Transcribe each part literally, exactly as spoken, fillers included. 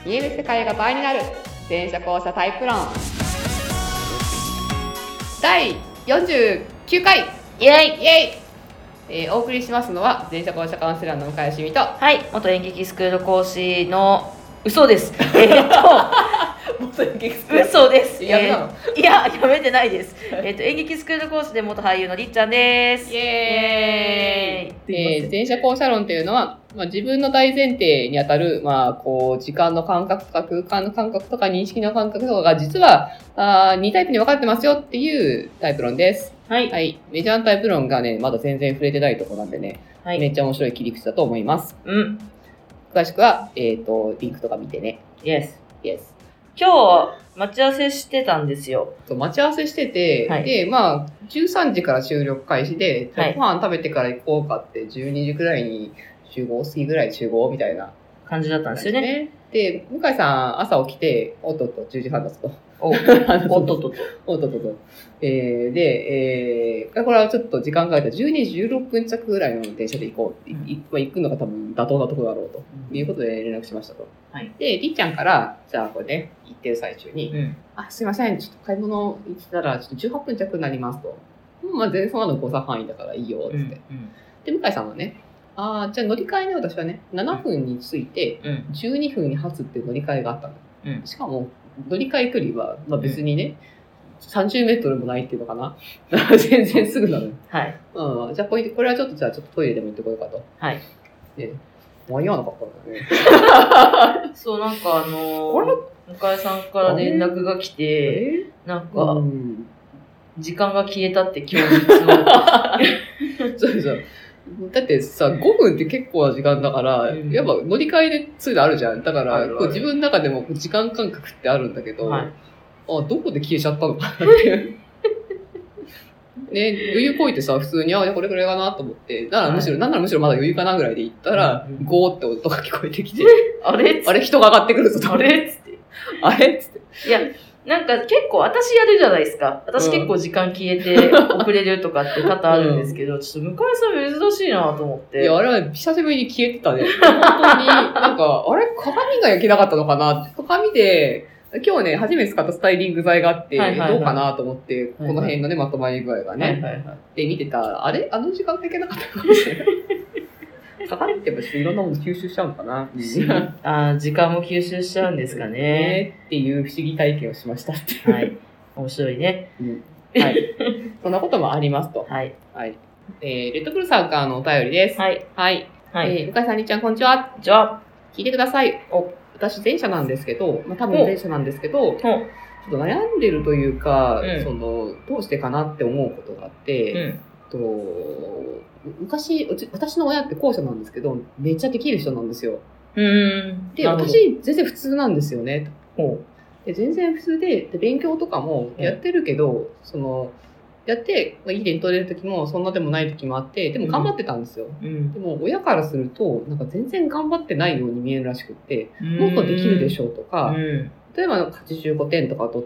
見える世界が倍になる電車交差タイプ論だいよんじゅうきゅうかいイエイイエイ、えー、お送りしますのは電車交差カウンセラーの向井しみと、 はい元演劇スクール講師の嘘ですえっと元演劇スクール嘘ですやめなの、 えー、いややめてないですえっと演劇スクール講師で元俳優のりっちゃんですイエーイ。 イエーイえー、電車交差論というのは、まあ、自分の大前提にあたる、まあ、こう時間の感覚とか空間の感覚とか認識の感覚とかが実はあにタイプに分かれてますよっていうタイプ論です。 はい、 はい、メジャータイプ論がねまだ全然触れてないところなんでね、はい、めっちゃ面白い切り口だと思います。 うん詳しくは、えーと、リンクとか見てね。 Yes Yes。 今日待ち合わせしてたんですよ。 待ち合わせしてて、はい、で、まあ、じゅうさんじから収録開始で、はい、ご飯食べてから行こうかってじゅうにじくらいに集合、過ぎぐらい集合みたいな感じだったんですよね。 で、向井さん朝起きて、おっとっとじゅうじはんだと。 お, おっとっとっと。 おっとっとっと。えー、で、えー、これはちょっと時間かけたじゅうにじじゅうろっぷん着ぐらいの電車で行こう。うん、いまあ、行くのが多分妥当なところだろうと、うん、いうことで連絡しましたと。はい、で、りっちゃんから、じゃあこれね、行ってる最中に、うん、あ、すいません、ちょっと買い物行ったら、ちょっとじゅうはっぷん着になりますと。まあ、全然そんなの誤差範囲だからいいよ、つって。うんうん、で、向井さんはね、あじゃあ乗り換えね、私はね、ななふんに着いて、じゅうにふんに発っていう乗り換えがあったの。うん、しかも、乗り換え距離は、まあ、別にね、うん、さんじゅうメートルもないっていうのかな。全然すぐなのよ。はい。うん。じゃあこれ、これはちょっと、じゃあちょっとトイレでも行ってこようかと。はい。で、間に合わなかったんだね。 そう、なんかあのー、向井さんから連絡が来て、なんか、うん、時間が消えたって供述を。 そうそう。だってさ、ごふんって結構な時間だから、うん、やっぱ乗り換えでそういうのあるじゃん。だから、こう自分の中でも時間感覚ってあるんだけど、はい、あ、どこで消えちゃったのかなっていう。ね、余裕こいてさ、普通に、あ、これくらいかなと思って、ならむしろ、はい、なんならむしろまだ余裕かなぐらいで行ったら、うん、ゴーって音が聞こえてきて、 あれあれ人が上がってくるぞ、 あれっつって。 あれっつって。 いや、なんか結構私やるじゃないですか。私結構時間消えて遅れるとかって多々あるんですけど、うん、ちょっと向井さん珍しいなと思って。 いや、あれは久しぶりに消えてたね。本当に、なんか、あれ鏡が焼けなかったのかな鏡で、今日ね、初めて使ったスタイリング剤があって、はいはいはい、どうかなと思って、この辺のね、まとまり具合がね。はいはいはい、で、見てた、あれあの時間焼けなかったかもしれない。鏡ってやっぱいろんなもの吸収しちゃうのかな。 あ時間も吸収しちゃうんですかね。 っていう不思議体験をしましたって。 はい。面白いね。 うん、はい。そんなこともありますと。はい。はい。えー、レッドブルさんからのお便りです。はい。はい。はい、えー、向井さん、りっちゃん、こんにちは。 こんにちは。 聞いてください。お、私、前者なんですけど、まあ、多分前者なんですけど、ちょっと悩んでるというか、うん、その、どうしてかなって思うことがあって、うんと昔、私の親って後者なんですけど、めっちゃできる人なんですよ。うーんで、私、全然普通なんですよね。で全然普通で、で、勉強とかもやってるけど、うん、その、やって、いい点取れる時も、そんなでもない時もあって、でも頑張ってたんですよ。うん、でも、親からすると、なんか全然頑張ってないように見えるらしくって、もっとできるでしょうとか、うん、例えばはちじゅうごてんとか取って、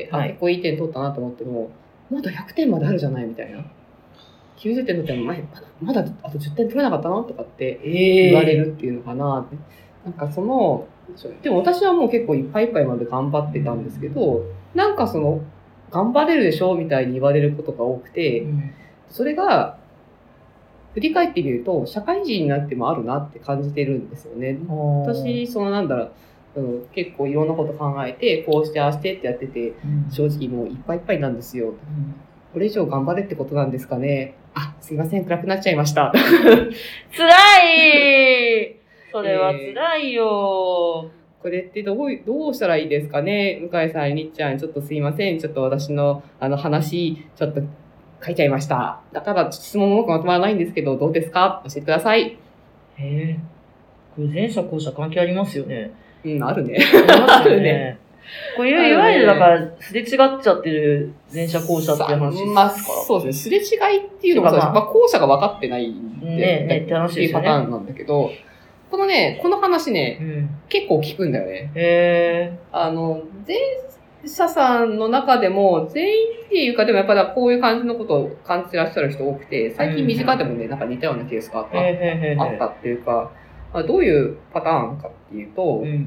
はい、あ、結構いい点取ったなと思っても、まだひゃくてんまであるじゃないみたいな。きゅうじゅってんだったらまだ、まだあとじゅってん取れなかったのとかって言われるっていうのかなって。なんかその、でも私はもう結構いっぱいいっぱいまで頑張ってたんですけど、なんかその、頑張れるでしょみたいに言われることが多くて、うん、それが、振り返ってみると、社会人になってもあるなって感じてるんですよね。私、そのなんだろう、うん、結構いろんなこと考えて、こうしてああしてってやってて、うん、正直もういっぱいいっぱいなんですよ。うん、これ以上頑張れってことなんですかね。あ、すいません、暗くなっちゃいました。 辛いそれは辛いよ、えー、 これってどう、どうしたらいいですかね。向井さん、りっちゃん、ちょっとすいません。ちょっと私のあの話、ちょっと書いちゃいました。だから質問もまとまらないんですけど、どうですか教えてください。 へえ。これ前者後者関係ありますよね。 うん、あるね。 ありますよね。こういう、いわゆる、だから、すれ違っちゃってる前者後者っていう話ですか？ まあ、そうですね。すれ違いっていうのもそうです。まあ、後者が分かってないんで、 ね、ね、って話ですよね。 っていうパターンなんだけど、このね、この話ね、うん、結構聞くんだよね。 へー。 あの、前者さんの中でも、全員っていうか、でもやっぱりこういう感じのことを感じてらっしゃる人多くて、最近身近でもね、なんか似たようなケースがあった、あったっていうか、どういうパターンかっていうと、うん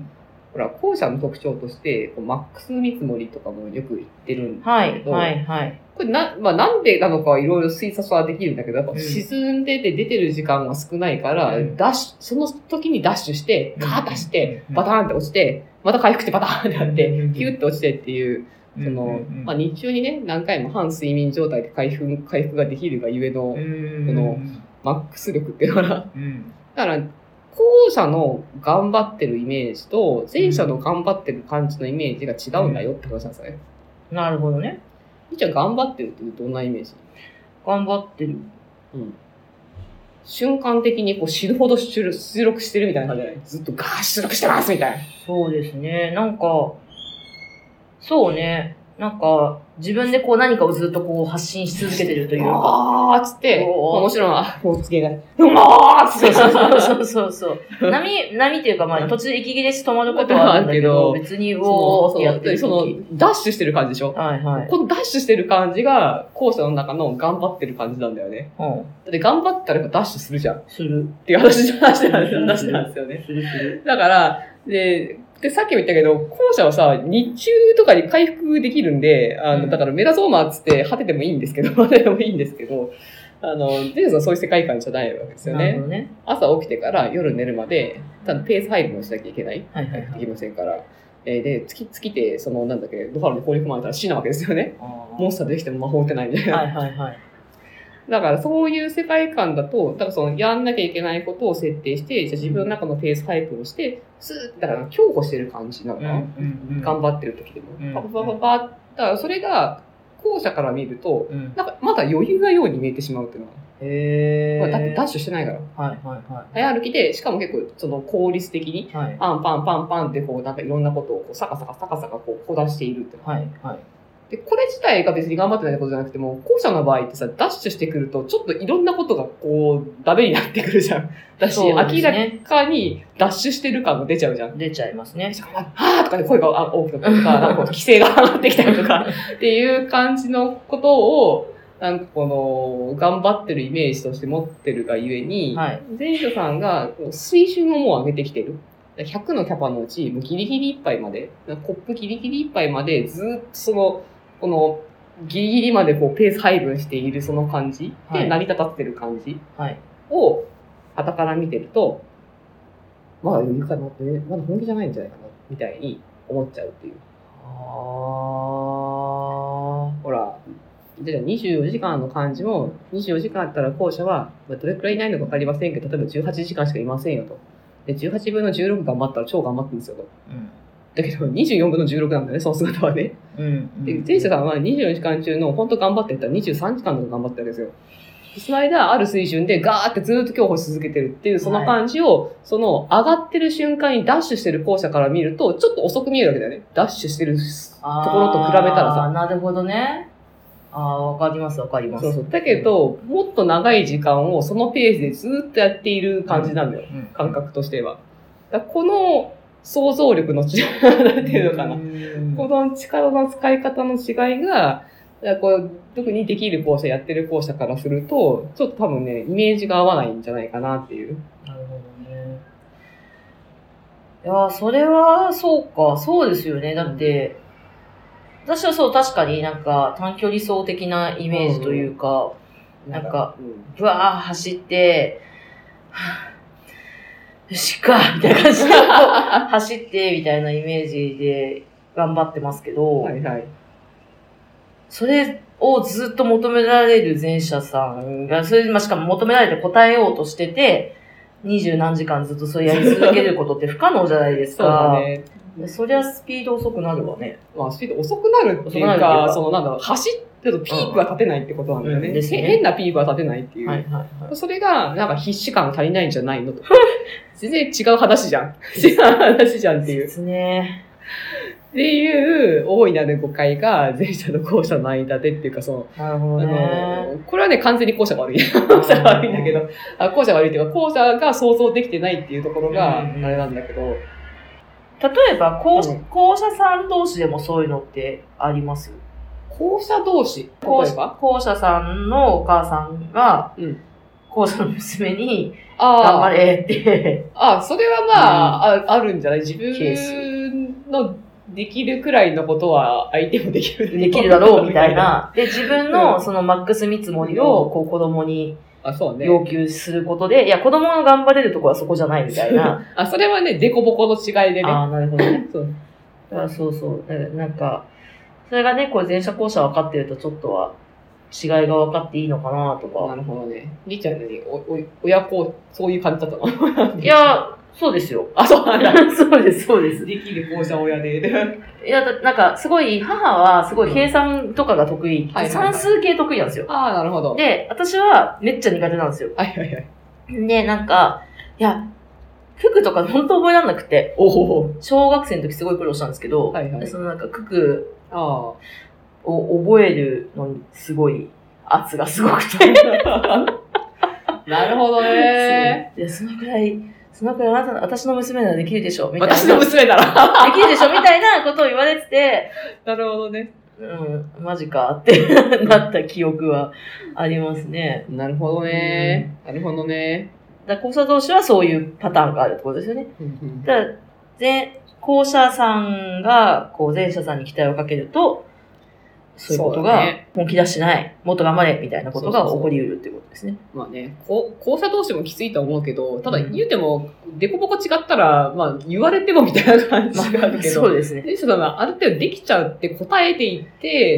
ほら、後者の特徴として、こうマックス見積もりとかもよく言ってるんだけど、 はい、はい、はい。 これな、まあなんでなのかはいろいろ推察はできるんだけど、やっぱ沈んでて出てる時間が少ないから、うん、ダッシュ、その時にダッシュして、ガーッとして、バターンって落ちて、また回復してバターンってなって、ヒュッと落ちてっていう、その、まあ日中にね、何回も半睡眠状態で回復、回復ができるがゆえの、この、マックス力っていうのかな。だから、後者の頑張ってるイメージと、前者の頑張ってる感じのイメージが違うんだよって話なんですね。 うん、なるほどね。 じゃあ頑張ってるってどんなイメージ？ 頑張ってる。 うん。瞬間的にこう死ぬほど出力してるみたいな感じじゃない？ずっとガーッ出力してますみたいな。 そうですね。なんか、そうね。なんか、自分でこう何かをずっとこう発信し続けてるというか。 あーっつって、もちろん、あ、もうつけがない。うまーっつって。 そうそうそうそう。波、波っていうかまあ途中で息切れして止まることはあるんだけど、別にうおーってやってる。 その、ダッシュしてる感じでしょ？ はいはい。 このダッシュしてる感じが、後者の中の頑張ってる感じなんだよね。うん。だって頑張ったらやっぱダッシュするじゃん。 する。 っていう話じゃ話なんですよね。 するする。 だから、で、で、さっきも言ったけど、後者はさ、日中とかに回復できるんで、あの、うん、だからメラゾーマーっつって果ててもいいんですけど、果ててもいいんですけど、あの、ゼウスはそういう世界観じゃないわけですよね。ね、朝起きてから夜寝るまで、ただペース配分をしなきゃいけない。はいはいはい、できませんから。えー、で、月、月で、その、なんだっけ、ドファルに放り込まれたら死なわけですよね。モンスターできても魔法打てないみたいな。 はいはいはい。 だからそういう世界観だと、だからそのやんなきゃいけないことを設定して、じゃあ自分の中のペース配分をして、スーッだから強保してる感じなのかな、うんうんうん、頑張ってる時でも。うんうん、パパパパパだからそれが後者から見ると、うん、なんかまだ余裕なように見えてしまうっていうのは。 へー。 まあ、だってダッシュしてないから。 はいはいはい。 早歩きで、しかも結構その効率的に、はい、パンパンパンパンってこうなんかいろんなことをこうサカサカサカサカこうこだしているっていうのは。はいはい。で、これ自体が別に頑張ってないことじゃなくても、後者の場合ってさ、ダッシュしてくると、ちょっといろんなことがこう、ダメになってくるじゃん。だし、ね、明らかにダッシュしてる感が出ちゃうじゃん。 出ちゃいますね。 はぁーとかで声が大きくなったりとか、なんか規制が上がってきたりとか、っていう感じのことを、なんかこの、頑張ってるイメージとして持ってるがゆえに、はい、前者さんが水準をもう上げてきてる。ひゃくのキャパのうち、もうギリギリいっぱいまで、コップギリギリいっぱいまで、ずっとその、この、ギリギリまでこうペース配分しているその感じで成り立たってる感じを、傍から見てると、まだ余裕かなって、まだ本気じゃないんじゃないかな、みたいに思っちゃうっていう。あー。ほら、じゃあにじゅうよじかんの感じも、にじゅうよじかんあったら後者は、どれくらいいないのかわかりませんけど、例えばじゅうはちじかんしかいませんよと。で、じゅうはちぶんのじゅうろく頑張ったら超頑張ってるんですよと。うんだけど、にじゅうよんぶんのじゅうろくなんだよね、その姿はね。うんうん、で、前者さんはにじゅうよじかん中の本当頑張ってったらにじゅうさんじかんとか頑張ってるんですよ。その間、ある水準でガーってずっと競歩し続けてるっていう、その感じを、はい、その上がってる瞬間にダッシュしてる後者から見ると、ちょっと遅く見えるわけだよね。ダッシュしてるところと比べたらさ。 なるほどね。ああ、わかりますわかります。 そうそう。だけど、もっと長い時間をそのペースでずっとやっている感じなんだよ。うんうん、感覚としては。だこの、想像力の違いっていうのかな。この力の使い方の違いが、こう特にできる校舎、やってる校舎からすると、ちょっと多分ね、イメージが合わないんじゃないかなっていう。 なるほどね。いやー、それは、そうか、そうですよね。だって、私はそう、確かになんか短距離走的なイメージというか、うん、なんか、ブワー走って、よしかみたいな感じで走って、みたいなイメージで頑張ってますけど、はいはい、それをずっと求められる前者さんが、それで、まあ、しかも求められて答えようとしてて、二十何時間ずっとそれやり続けることって不可能じゃないですか。そうだね。そりゃスピード遅くなるわね。 まあ、スピード遅くなるっていうか、かそのなんだろう、走ってるとピークが立てないってことなんだよね。うんうん、変なピークは立てないっていう。はいはいはい、それが、なんか必死感足りないんじゃないのとか。全然違う話じゃん。違う話じゃんっていう。 ですね。 っていう大いなる誤解が前者と後者の間でっていうか、その、 なるほどね、 あの、これはね、完全に後者が悪い。後者が悪いんだけど、あ後者が悪いっていうか、後者が想像できてないっていうところが、あれなんだけど。 例えば後、うん、後者さん同士でもそういうのってあります？ 後者同士例えば後者さんのお母さんが、うん、後者の娘に、頑張れって。 ああ、それはまあ、うん、あ、あるんじゃない自分のできるくらいのことは相手もできる。 できるだろうみたいな。で、自分のそのマックス見積もりをこう子供に要求することで、いや、子供が頑張れるところはそこじゃないみたいな。 あ、それはね、デコボコの違いでね。 ああ、なるほどね。そう。あそうそう。なんか、それがね、こう前者後者分かってるとちょっとは違いが分かっていいのかなとか。 なるほどね。りーちゃんにおお親子、そういう感じだったの？いや、そうですよ。 あ、そうなんだ。 そうです、そうです。 できる後者親で。 いや、なんか、すごい、母はすごい計算とかが得意。うん、算数系得意なんですよ。 ああ、なるほど。 で、私はめっちゃ苦手なんですよ。 はいはいはい。 で、なんか、いや、九九とか本当覚えられなくて、お小学生の時すごい苦労したんですけど、はいはい、そのなんか九九を覚えるのにすごい圧がすごくて。 なるほどね。 いや、そのくらい、そのくらいあなたの、私の娘ならできるでしょみたいな。 私の娘ならできるでしょみたいなことを言われてて。 なるほどね。 うん、マジかってなった記憶はありますね。 なるほどね。うん、なるほどね。 だ後者同士はそういうパターンがあるってことですよね。だから前後者さんがこう前者さんに期待をかけると、そういうことが本気出してない、もっと頑張れみたいなことが起こり得るっていうことですね。 まあね、後者同士もきついと思うけど、ただ言うても、デコボコ違ったら、まあ言われてもみたいな感じがあるけど、 そうですね。 前者さんがある程度できちゃうって答えていって、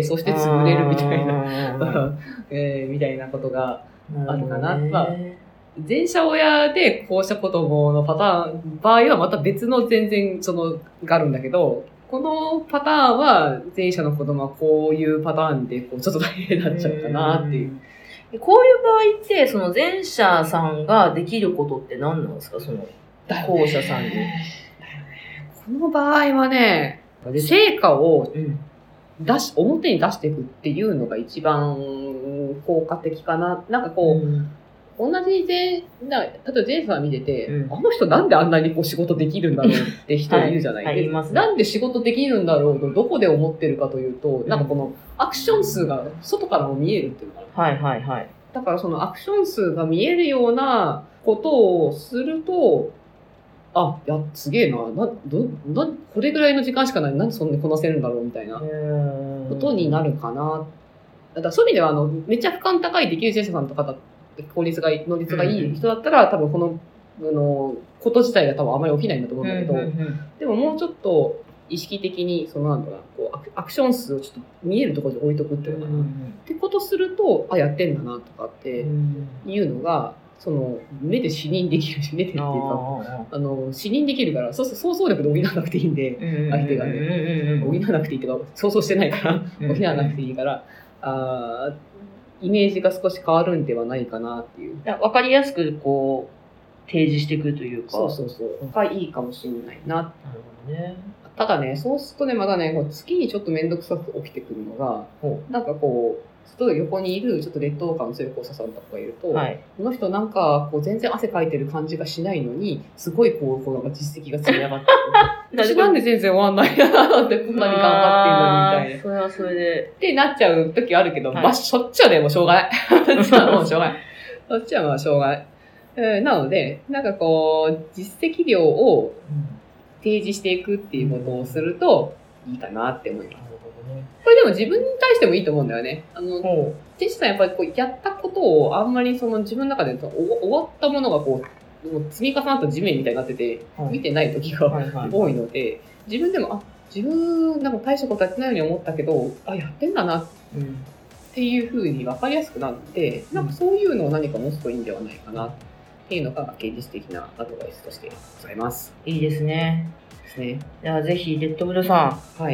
そして潰れるみたいな、えー、みたいなことがあるかな。まあ前者親で後者子供のパターン、場合はまた別の全然その、があるんだけど、このパターンは前者の子供はこういうパターンでこうちょっと大変になっちゃうかなっていう。 うこういう場合って、その前者さんができることって何なんですかその後者さんに。 この場合はね、成果を出し、表に出していくっていうのが一番効果的かな。なんかこう、うん同じ前、な例えば前者見てて、うん、あの人なんであんなにこう仕事できるんだろうって人いるじゃない、はいはい、なんで仕事できるんだろうとどこで思ってるかというと、うん、なんかこのアクション数が外からも見えるっていうのかな。 はいはいはい。 だからそのアクション数が見えるようなことをすると、あ、いや、すげえな。な、ど、な、これぐらいの時間しかない。なんでそんなにこなせるんだろうみたいなことになるかな。だからそういう意味では、あの、めっちゃ負荷高いできる前者さんとかだ効率がいい、能率がいい人だったら、うん、多分この、あの、こと自体が多分あまり起きないんだと思うんだけど、うんうんうん、でももうちょっと意識的に、そのなんだろうな、こうアクション数をちょっと見えるところに置いとくっていうのかな。うんうん、ってことすると、あ、やってんだなとかっていうのが、その、目で視認できるし、目でっていうか、あの、視認できるから、そうそう、想像力で補わなくていいんで、相手がね、補わなくていいっていうか、想像してないから、補わなくていいから、あイメージが少し変わるんではないかなっていう。 わかりやすく、こう、提示していくというか。 そうそうそう。がいいかもしれないな。なるほどね。 ただね、そうするとね、まだね、月にちょっとめんどくさく起きてくるのが、なんかこう、ちょっと横にいる、ちょっと劣等感の強い交差さんとかがいると、はい、この人なんか、こう、全然汗かいてる感じがしないのに、すごいこう、こうなんか実績が積み上がってる。私なんで全然終わんないなって、こんなに頑張ってんのにみたいな。 それはそれで。 ってなっちゃう時あるけど、はい、まあ、そっちはね、もうしょうがない。そっちはもうしょうがない。そっちはまあしょうがない。えー、なので、なんかこう、実績量を提示していくっていうことをすると、いいかなって思います。これでも自分に対してもいいと思うんだよね。あの、ティッシュさんやっぱりこうやったことをあんまりその自分の中で終わったものがこう、もう積み重なった地面みたいになってて、はい、見てない時が多いので、はいはい、自分でも、あ、自分なんか大したことやってないように思ったけど、あ、やってんだなっていう風に分かりやすくなって、うん、なんかそういうのを何か持つといいんではないかなっていうのが現実的なアドバイスとしてございます。 いいですね。 ですね。 ではぜひ、レッドブルさん。はい。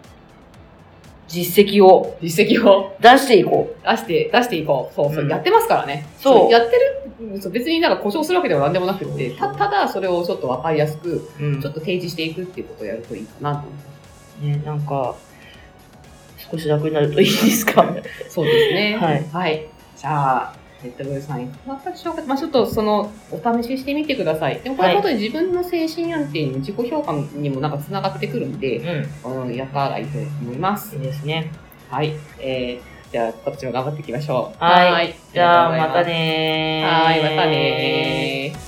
実績を。 実績を。 出していこう。 出して、出していこう。そうそう。うん、やってますからね。 そう。 そうやってる、そう別になんか故障するわけでは何でもなくて、た、ただそれをちょっとわかりやすく、うん、ちょっと提示していくっていうことをやるといいかなと思います。 ね、なんか、少し楽になるといいですか。 そうですね。 はい。 はい。じゃあ、レッドブルさんいかがだったでしょうか。まあちょっとその、お試ししてみてください。でもこういうことで自分の精神安定に自己評価にもなんか繋がってくるんで、うん、やったらいいと思います。 いいですね。 はい。えー、じゃあ、こっちも頑張っていきましょう。 はい。はいじゃあ、またねー。 はい、またねー。